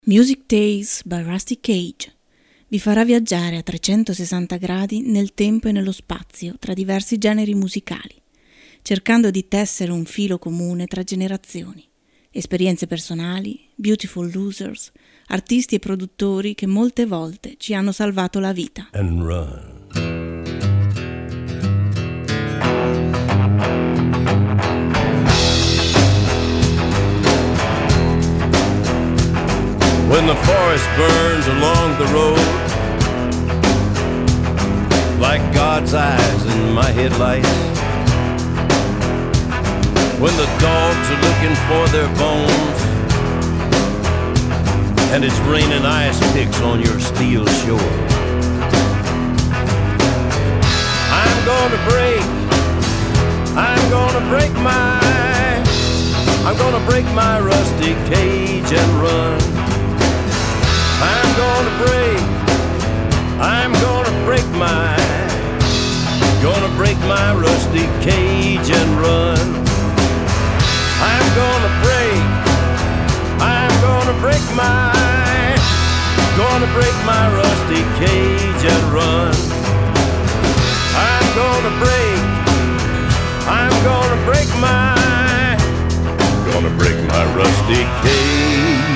Music Tales by Rusty Cage vi farà viaggiare a 360 gradi nel tempo e nello spazio tra diversi generi musicali, cercando di tessere un filo comune tra generazioni, esperienze personali, beautiful losers, artisti e produttori che molte volte ci hanno salvato la vita. And run. When the forest burns along the road, like God's eyes in my headlights, when the dogs are looking for their bones, and it's raining ice picks on your steel shore, I'm gonna break my rusty cage and run. I'm gonna break my rusty cage and run. I'm gonna break my rusty cage and run. I'm gonna break my rusty cage.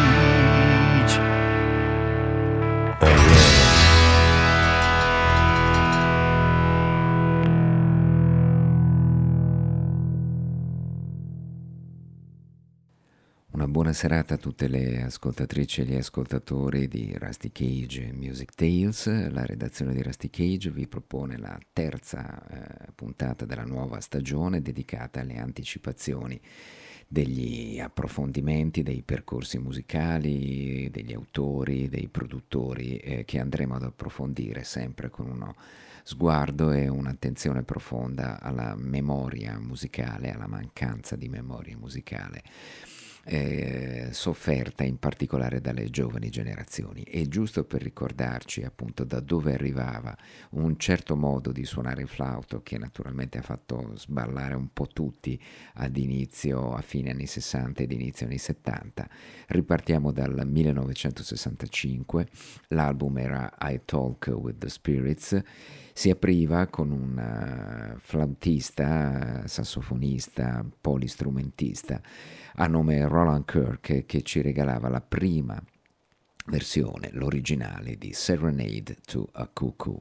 Una buona serata a tutte le ascoltatrici e gli ascoltatori di Rusty Cage Music Tales. La redazione di Rusty Cage vi propone la terza puntata della nuova stagione dedicata alle anticipazioni degli approfondimenti, dei percorsi musicali, degli autori, dei produttori che andremo ad approfondire sempre con uno sguardo e un'attenzione profonda alla memoria musicale, alla mancanza di memoria musicale sofferta in particolare dalle giovani generazioni. E giusto per ricordarci appunto da dove arrivava un certo modo di suonare il flauto che naturalmente ha fatto sballare un po' tutti a fine anni 60 ed inizio anni 70, ripartiamo dal 1965. L'album era I Talk with the Spirits. Si apriva con un flautista, sassofonista, polistrumentista a nome Roland Kirk che ci regalava la prima versione, l'originale di Serenade to a Cuckoo.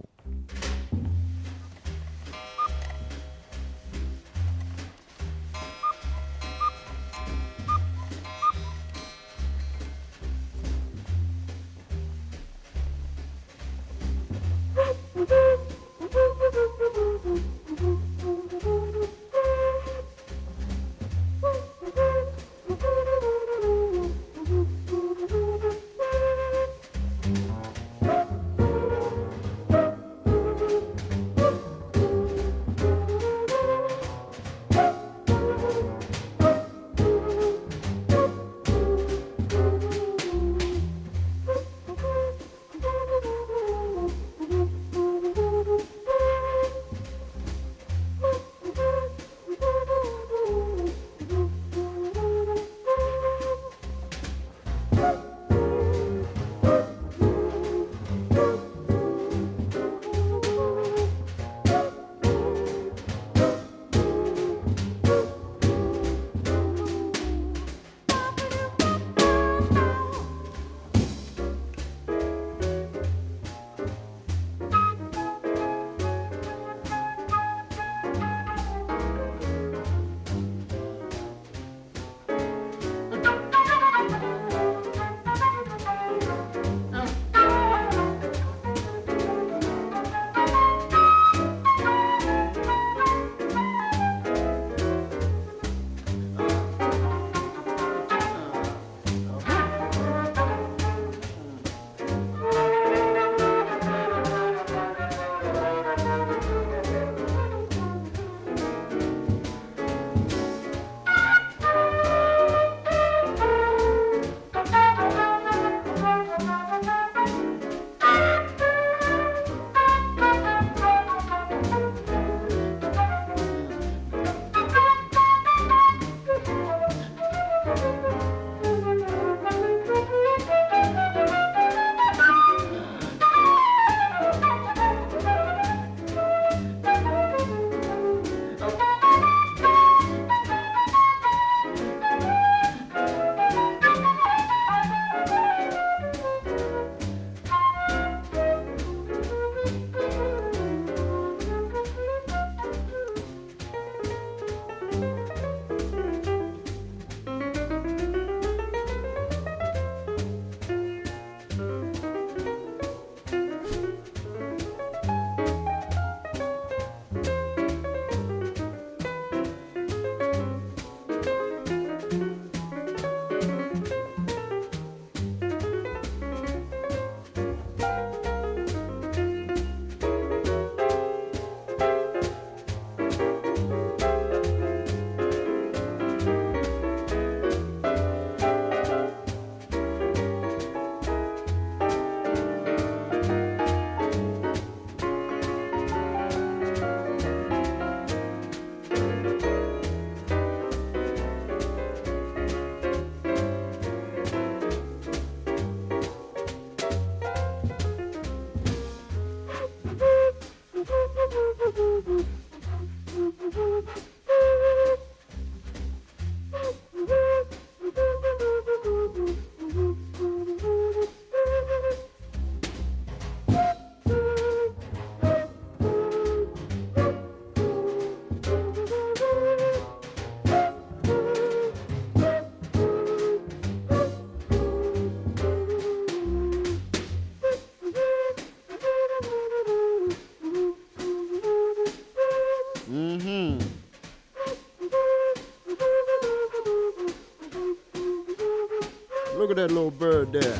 at that little bird there.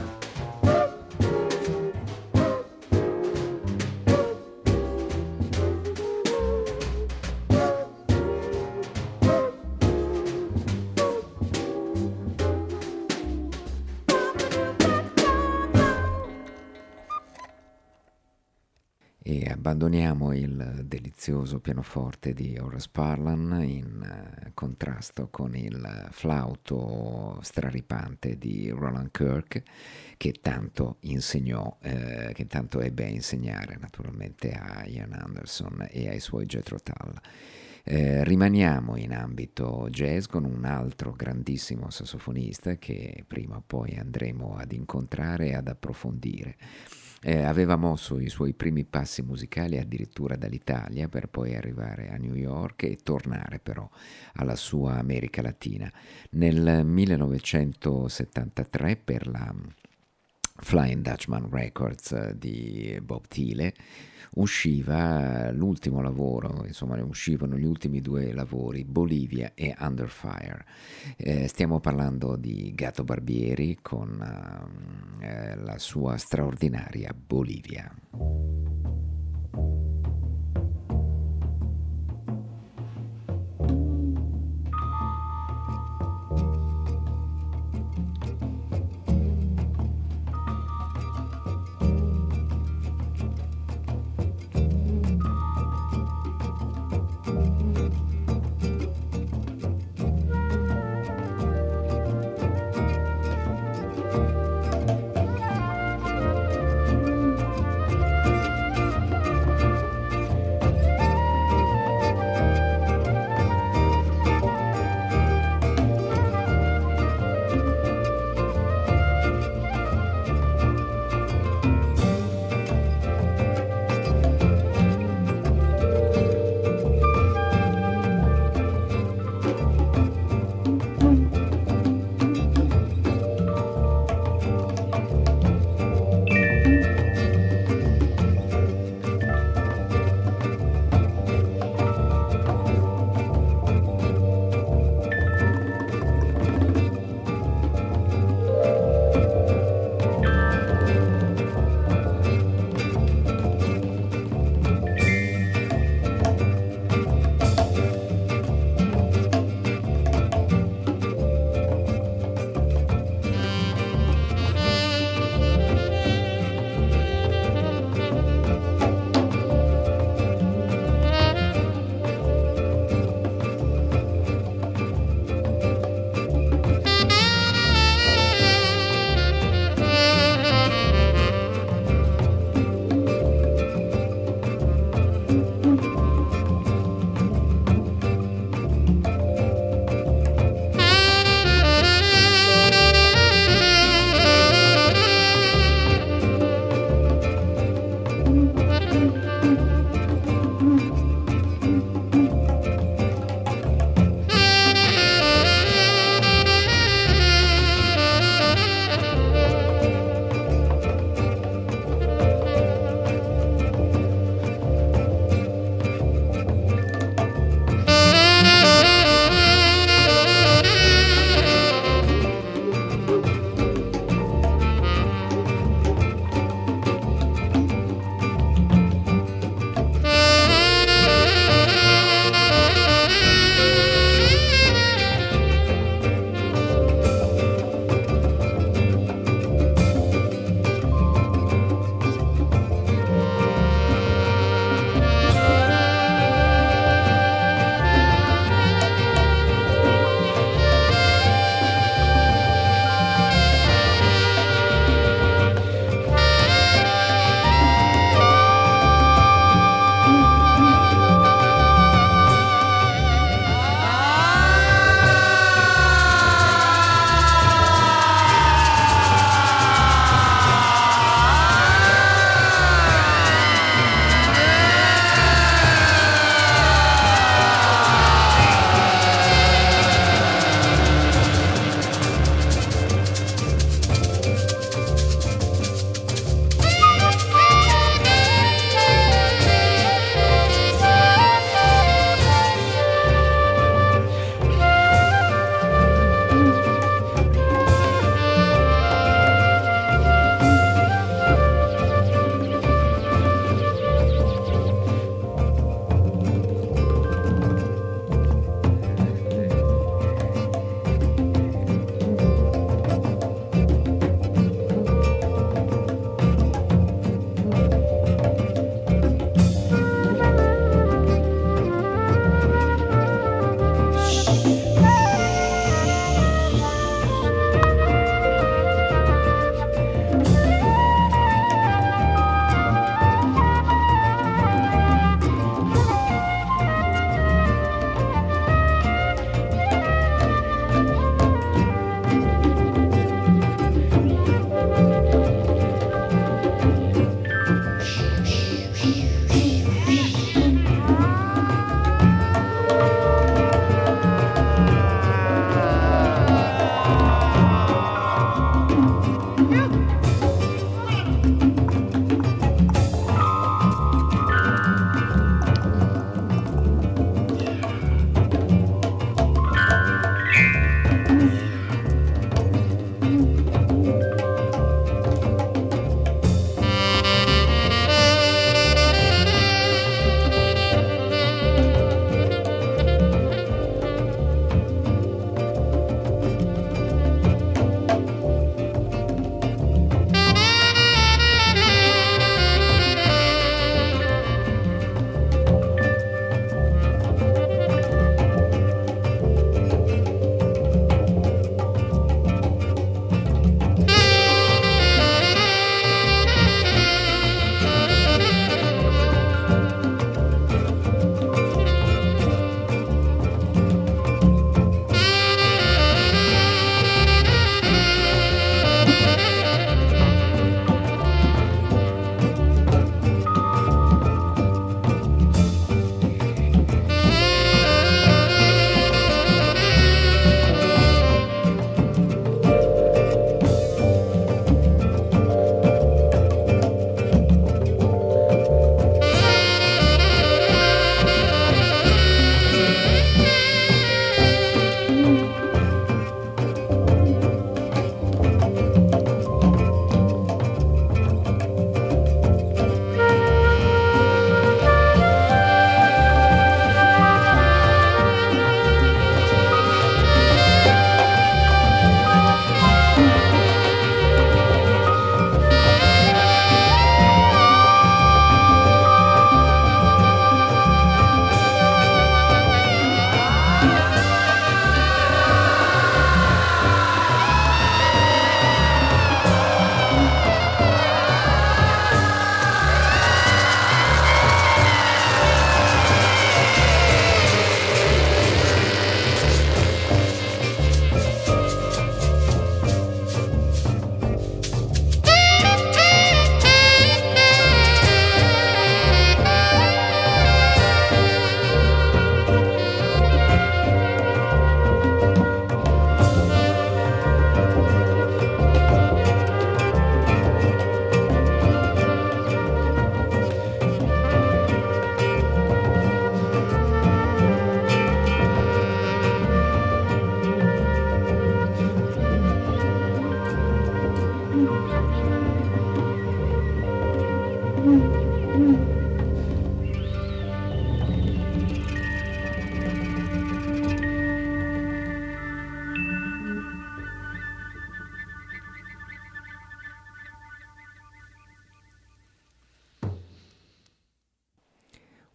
E abbandoniamo il delizioso pianoforte di Horace Parlan in contrasto con il flauto straripante di Roland Kirk, che tanto insegnò, che tanto ebbe a insegnare naturalmente a Ian Anderson e ai suoi Jethro Tull. Rimaniamo in ambito jazz con un altro grandissimo sassofonista che prima o poi andremo ad incontrare e ad approfondire. Aveva mosso i suoi primi passi musicali addirittura dall'Italia per poi arrivare a New York e tornare però alla sua America Latina. Nel 1973 per la Flying Dutchman Records di Bob Thiele usciva l'ultimo lavoro, insomma uscivano gli ultimi due lavori, Bolivia e Under Fire. Stiamo parlando di Gato Barbieri con la sua straordinaria Bolivia.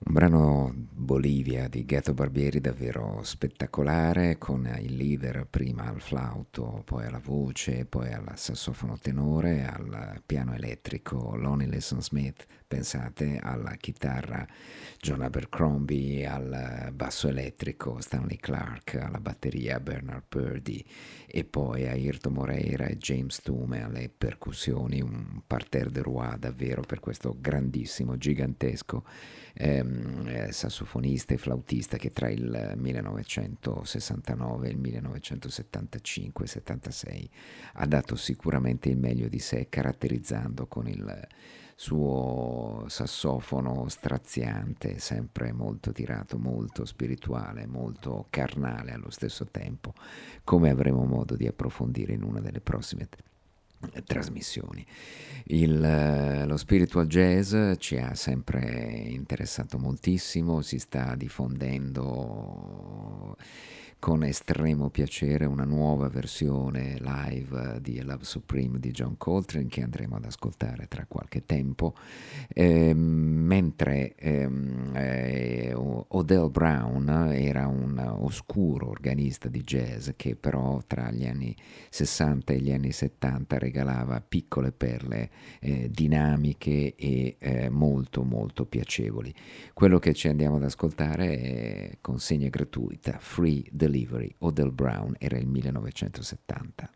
Un brano Bolivia di Gato Barbieri davvero spettacolare, con il leader prima al flauto, poi alla voce, poi al sassofono tenore, al piano elettrico Lonnie Liston Smith, pensate, alla chitarra John Abercrombie, al basso elettrico Stanley Clark, alla batteria Bernard Purdy e poi a Airto Moreira e James Tume alle percussioni, un parterre de roi davvero per questo grandissimo, gigantesco sassofonista e flautista che tra il 1969 e il 1975-76 ha dato sicuramente il meglio di sé, caratterizzando con il suo sassofono straziante, sempre molto tirato, molto spirituale, molto carnale allo stesso tempo, come avremo modo di approfondire in una delle prossime trasmissioni. Lo spiritual jazz ci ha sempre interessato moltissimo, si sta diffondendo con estremo piacere una nuova versione live di A Love Supreme di John Coltrane che andremo ad ascoltare tra qualche tempo, mentre Odell Brown era un oscuro organista di jazz che però tra gli anni 60 e gli anni 70 regalava piccole perle dinamiche e molto molto piacevoli. Quello che ci andiamo ad ascoltare è consegna gratuita, Free Delivery, Odell Brown, era il 1970.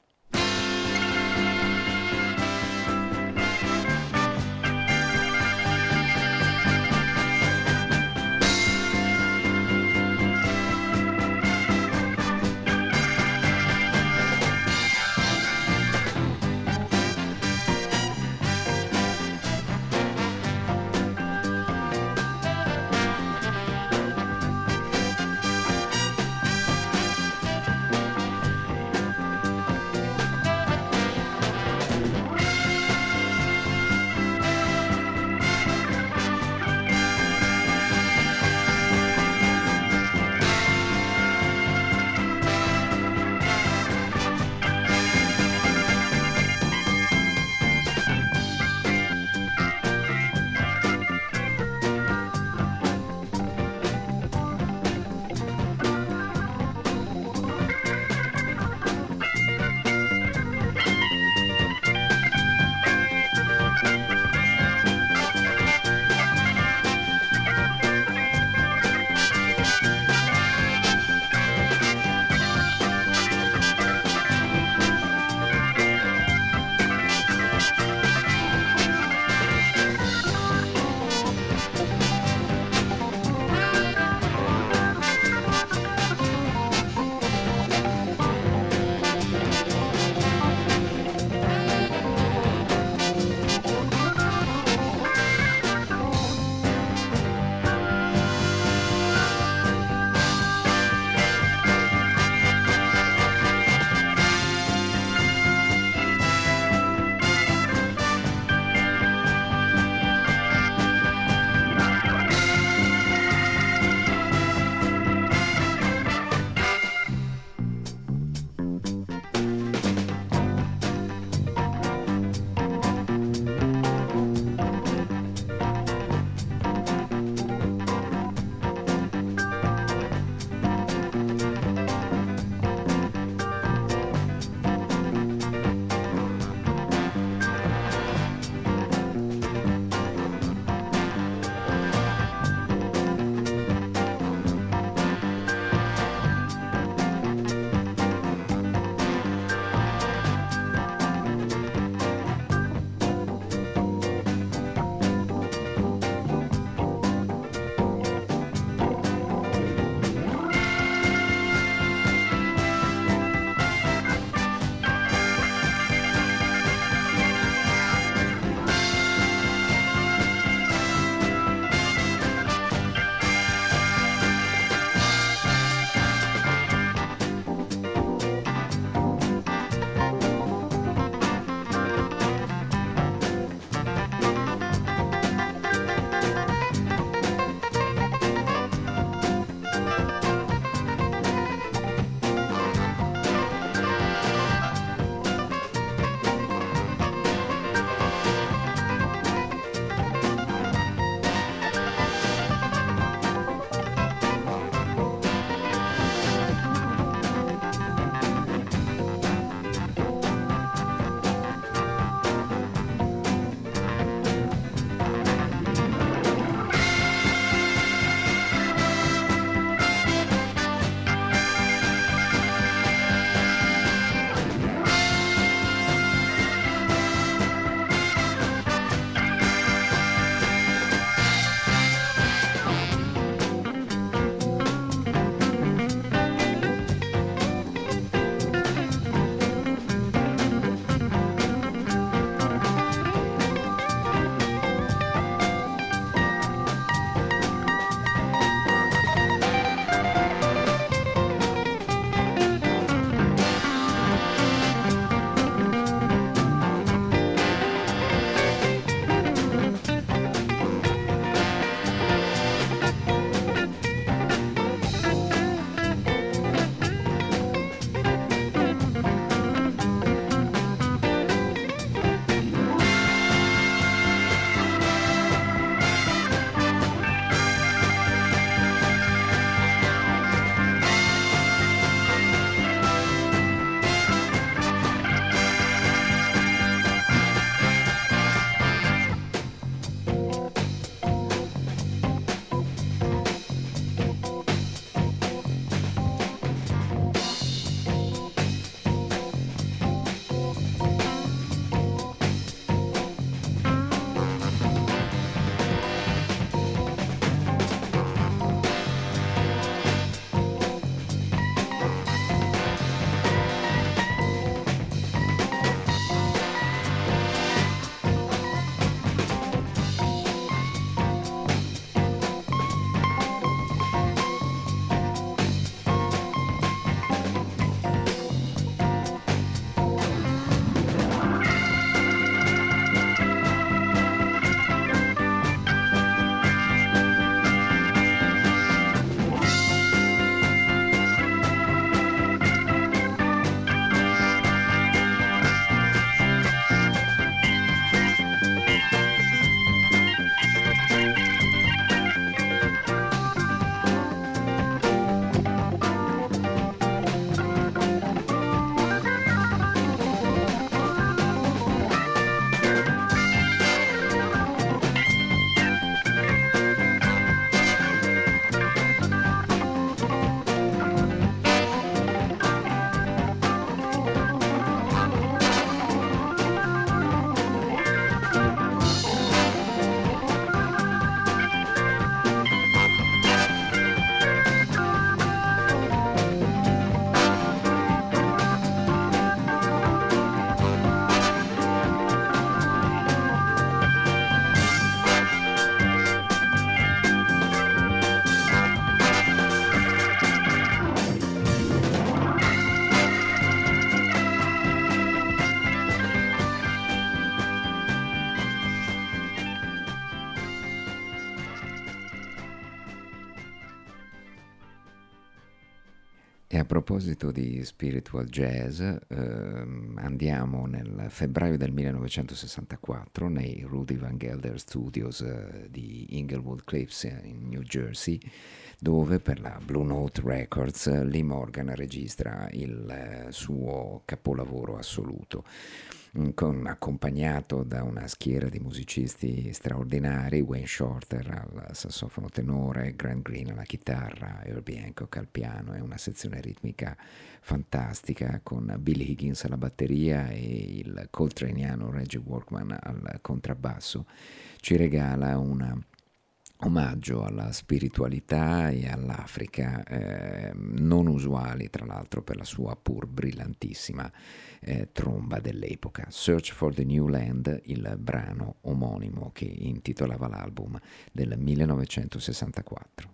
E a proposito di spiritual jazz, andiamo nel febbraio del 1964 nei Rudy Van Gelder Studios di Inglewood Cliffs in New Jersey, dove per la Blue Note Records Lee Morgan registra il suo capolavoro assoluto, accompagnato da una schiera di musicisti straordinari: Wayne Shorter al sassofono tenore, Grant Green alla chitarra, Herbie Hancock al piano, e una sezione ritmica fantastica con Bill Higgins alla batteria e il coltraneano Reggie Workman al contrabbasso. Ci regala un omaggio alla spiritualità e all'Africa, non usuali tra l'altro per la sua pur brillantissima tromba dell'epoca. Search for the New Land, il brano omonimo che intitolava l'album del 1964.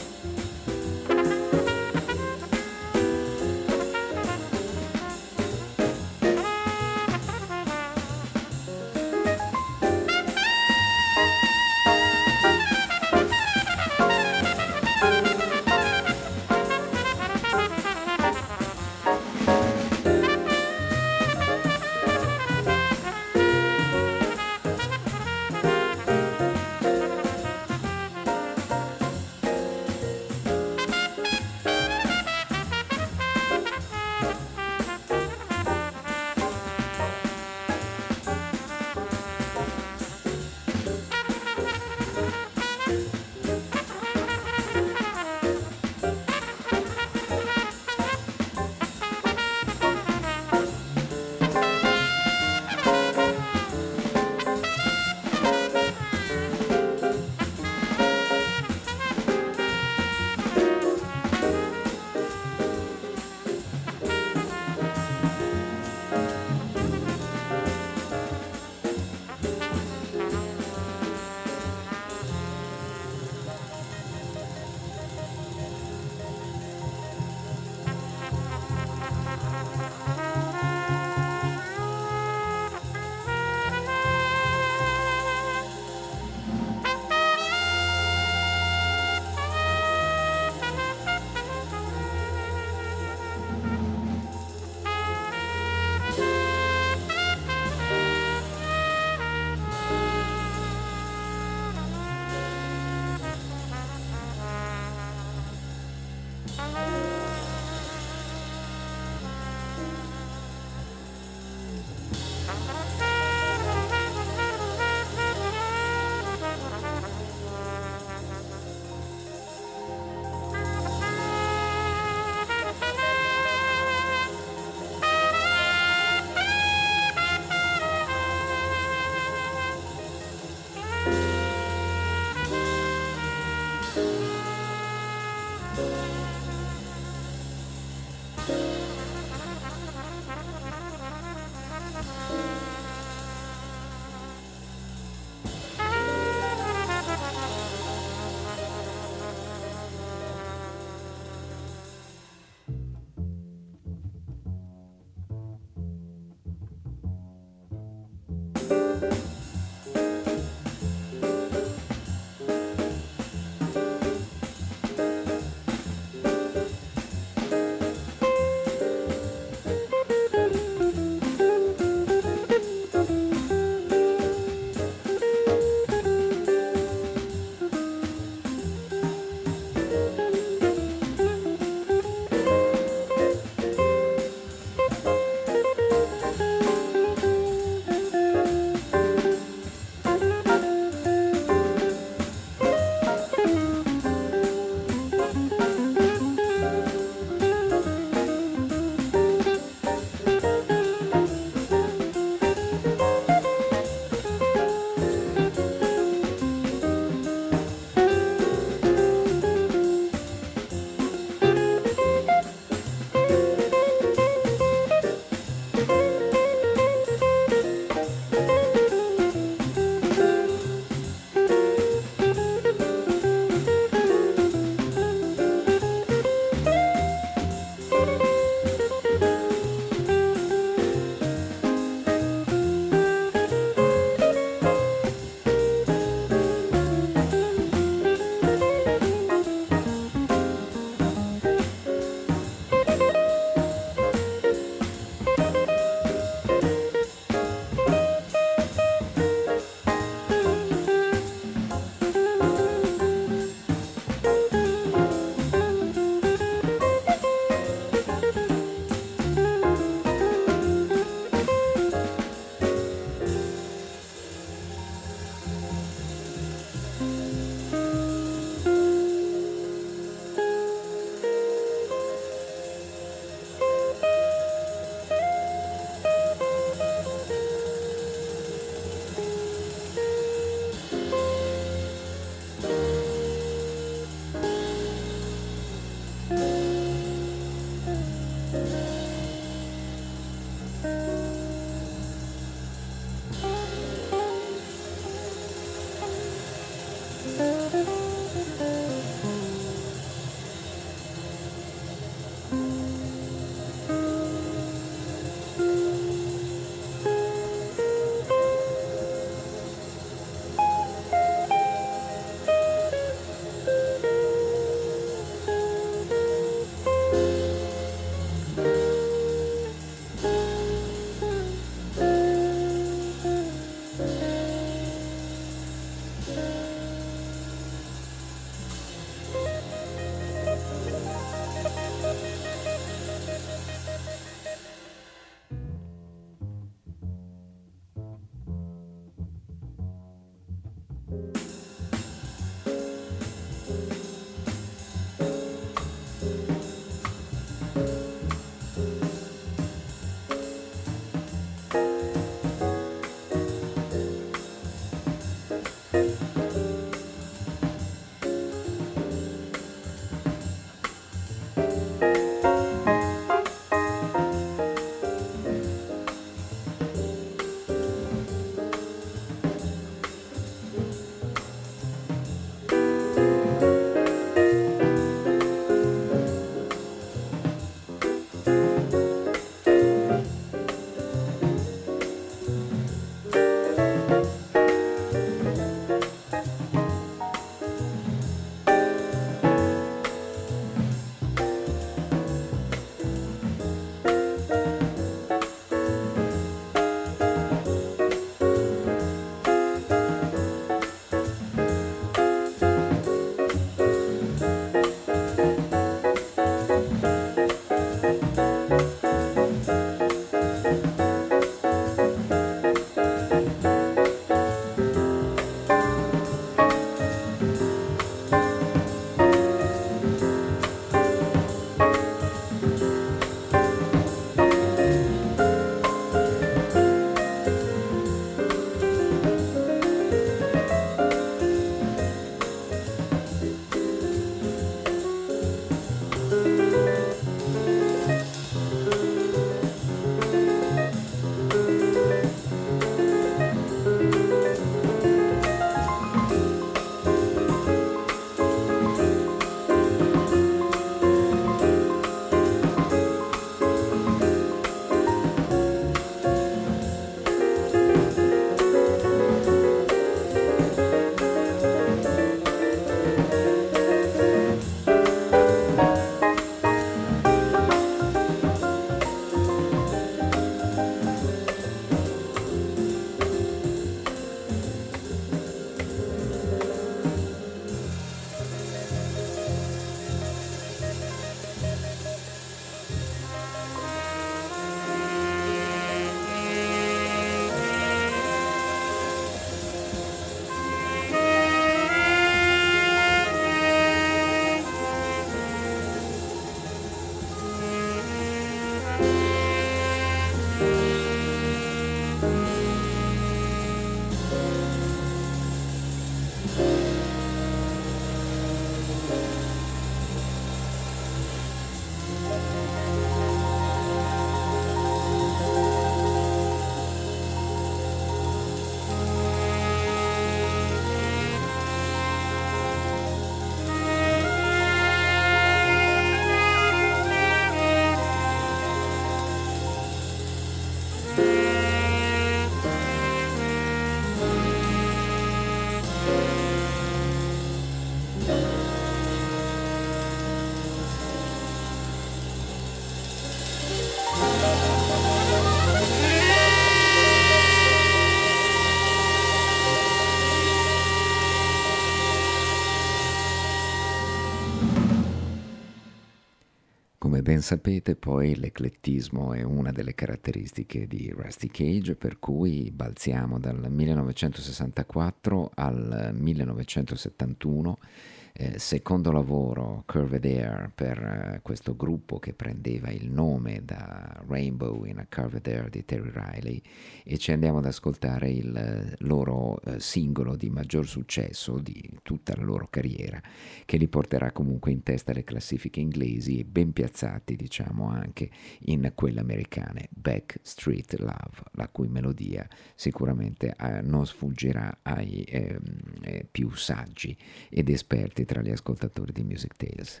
ben sapete, poi l'eclettismo è una delle caratteristiche di Rusty Cage, per cui balziamo dal 1964 al 1971, secondo lavoro Curved Air per questo gruppo che prendeva il nome da Rainbow in a Curved Air di Terry Riley, e ci andiamo ad ascoltare il loro singolo di maggior successo di tutta la loro carriera, che li porterà comunque in testa alle classifiche inglesi e ben piazzati, diciamo, anche in quelle americane, Backstreet Love, la cui melodia sicuramente non sfuggirà ai più saggi ed esperti tra gli ascoltatori di Music Tales.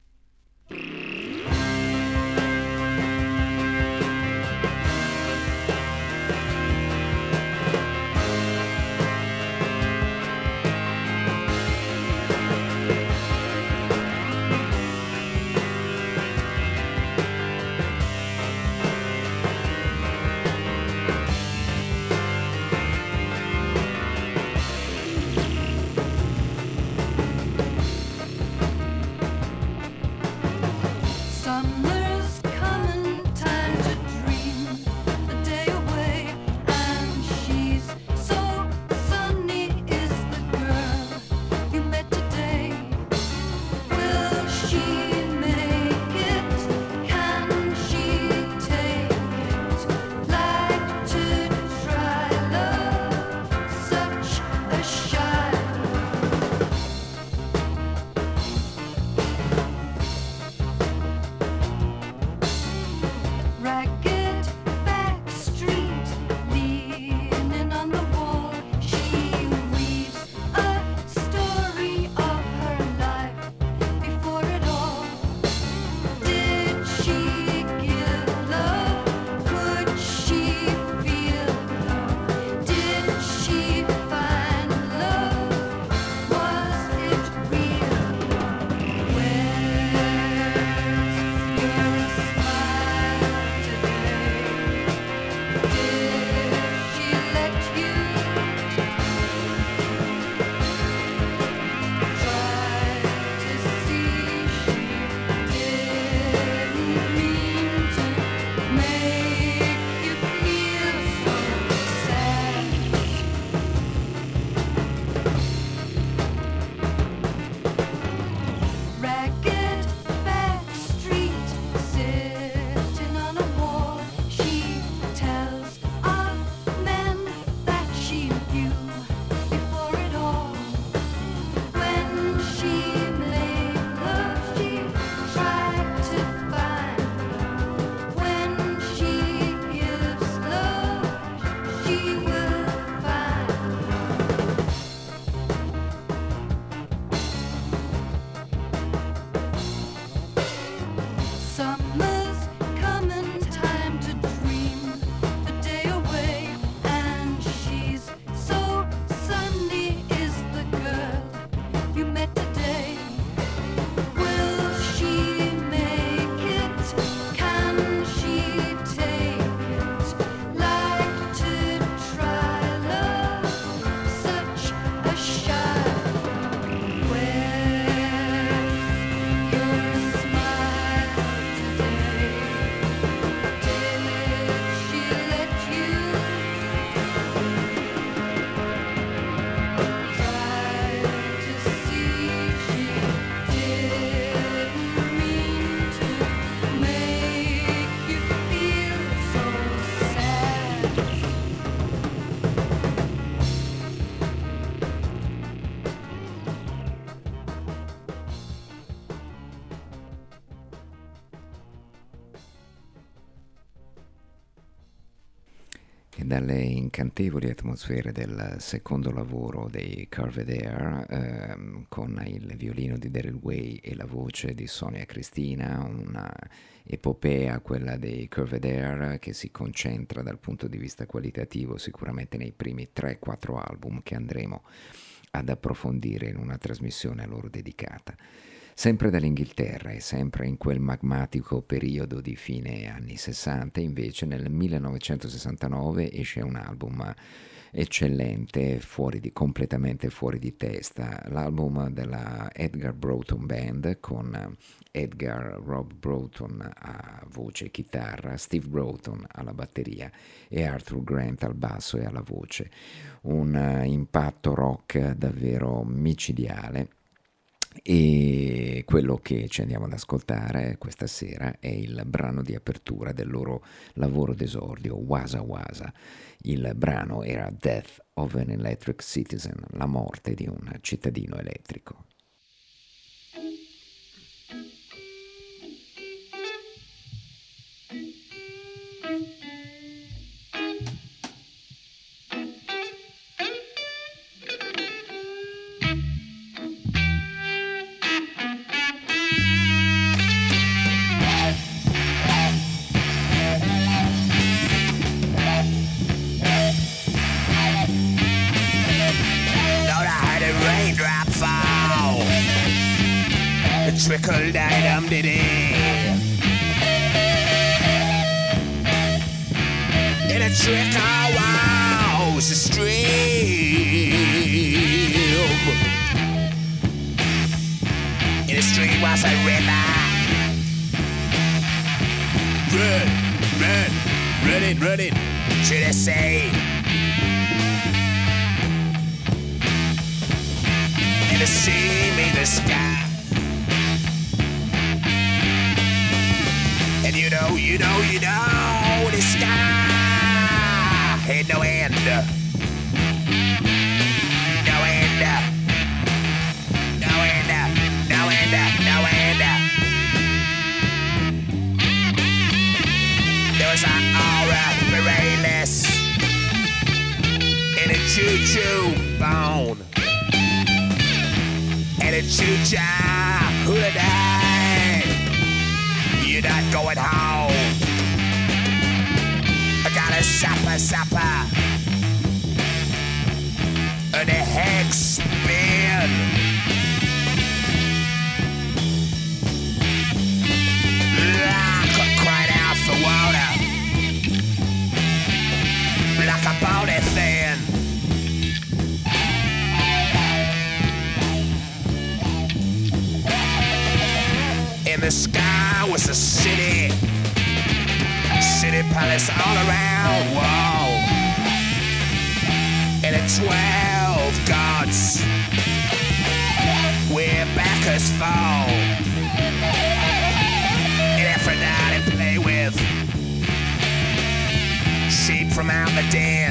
E dalle incantevoli atmosfere del secondo lavoro dei Curved Air, con il violino di Daryl Way e la voce di Sonia Cristina, una epopea, quella dei Curved Air, che si concentra dal punto di vista qualitativo sicuramente nei primi 3-4 album che andremo ad approfondire in una trasmissione a loro dedicata. Sempre dall'Inghilterra e sempre in quel magmatico periodo di fine anni 60, invece nel 1969 esce un album eccellente, completamente fuori di testa. L'album della Edgar Broughton Band con Edgar Rob Broughton a voce e chitarra, Steve Broughton alla batteria e Arthur Grant al basso e alla voce. Un impatto rock davvero micidiale. E quello che ci andiamo ad ascoltare questa sera è il brano di apertura del loro lavoro d'esordio, Wasa Wasa. Il brano era Death of an Electric Citizen, la morte di un cittadino elettrico. Trickle dum diddy. In a trickle was a stream. In a stream was a river. Running to the sea. In the sea made the sky. And you know, the sky had no end. No end. No end. No end. No end. There was an aura rayless and a choo-choo bone and a choo-choo hula-day. You're not going home. I got a supper and a hex spin. Like crying out for water, like a bony thing. In the sky was a city palace all around, whoa. And 12 gods where backers fall. And Aphrodite play with sheep from out the den.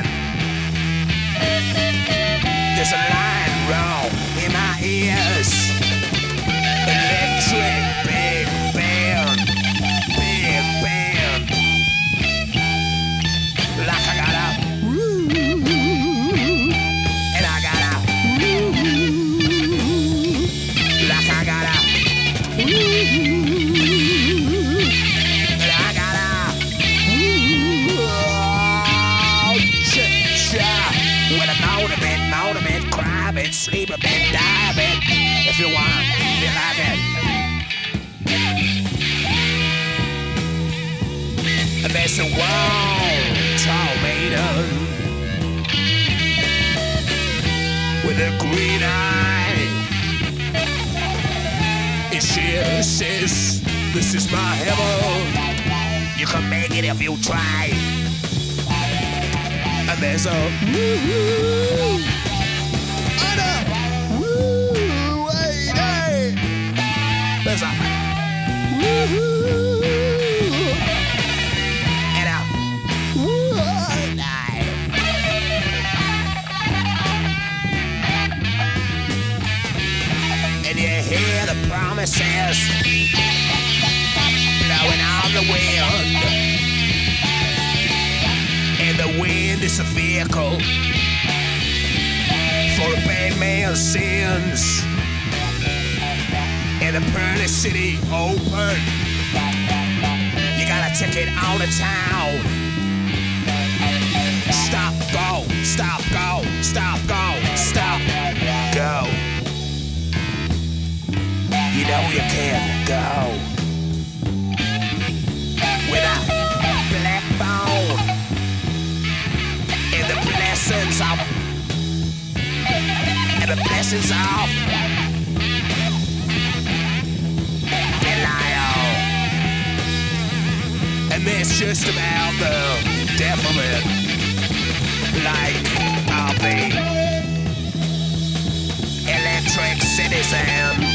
There's a lion roll in my ears. Electric big band. Like I got a woo, and I got a woo, like I got a woo, and I got a woo, cha-cha. With a moan a bit, cry a bit, sleep a bit, die a bit. If you want, you like it. And there's a wall, tall maiden with a green eye. And she says, this is my heaven. You can make it if you try. And there's a woo-hoo and a woo, wait, hey. There's a woo-hoo and a woo, hey. And you hear the promises blowing on the wind. And the wind is a vehicle for a bad man's sins. And the pearly city open. You got a ticket on the town. Stop, go, stop, go, stop, go, stop, go. You know you can go with a black bone. The blessings of essence of denial. And it's just about the definite like of the electric citizen.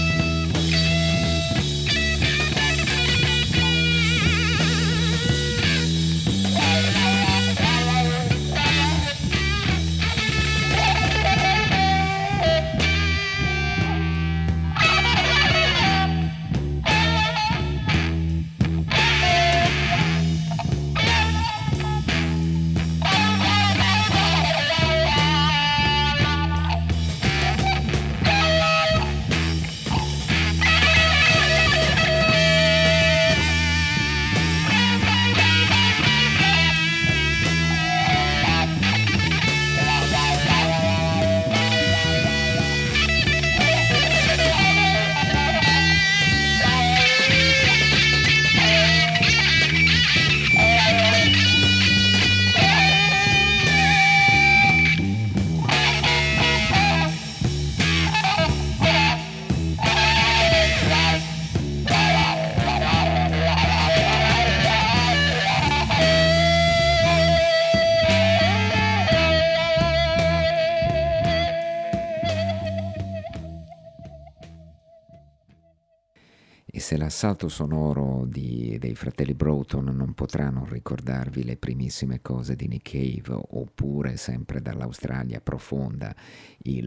Se l'assalto sonoro dei fratelli Broughton non potrà non ricordarvi le primissime cose di Nick Cave, oppure sempre dall'Australia profonda il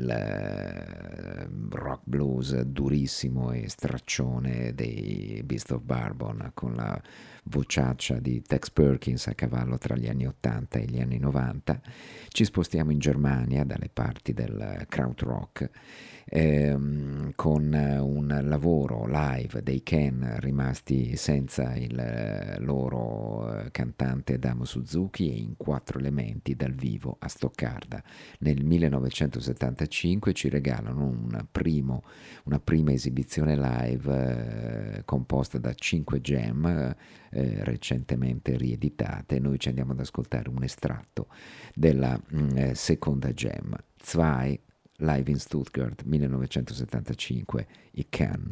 rock blues durissimo e straccione dei Beast of Bourbon, con la vociaccia di Tex Perkins a cavallo tra gli anni 80 e gli anni 90, ci spostiamo in Germania dalle parti del krautrock, con un lavoro live dei Ken, rimasti senza il loro cantante Damo Suzuki, e in 4 elementi dal vivo a Stoccarda. Nel 1975 ci regalano una prima esibizione live composta da 5 jam recentemente rieditate. Noi ci andiamo ad ascoltare un estratto della seconda jam, Zwei, live in Stuttgart 1975, i Can.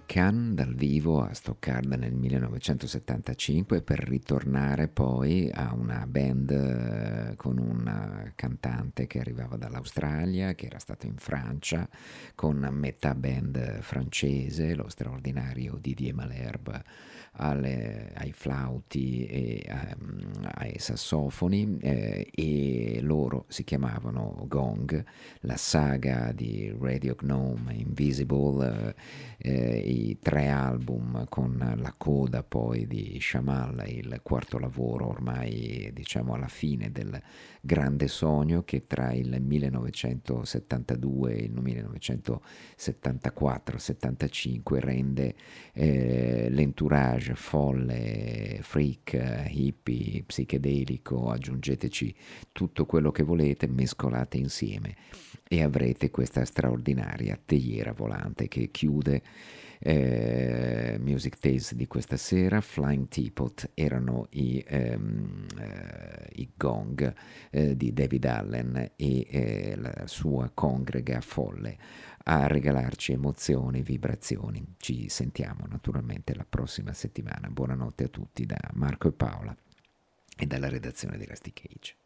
Cannes dal vivo a Stoccarda nel 1975 per ritornare poi a una band con un cantante che arrivava dall'Australia, che era stato in Francia, con metà band francese, lo straordinario Didier Malherbe ai flauti e ai sassofoni, e loro si chiamavano Gong. La saga di Radio Gnome, Invisible, i 3 album con la coda poi di Shamal, il quarto lavoro ormai diciamo alla fine del grande sogno che tra il 1972 e il 1974-75 rende l'entourage folle, freak, hippie, psichedelico, aggiungeteci tutto quello che volete, mescolate insieme e avrete questa straordinaria teiera volante che chiude Music Tales di questa sera. Flying Teapot erano i Gong di David Allen e la sua congrega folle a regalarci emozioni, vibrazioni. Ci sentiamo naturalmente la prossima settimana. Buonanotte a tutti da Marco e Paola e dalla redazione di Rusty Cage.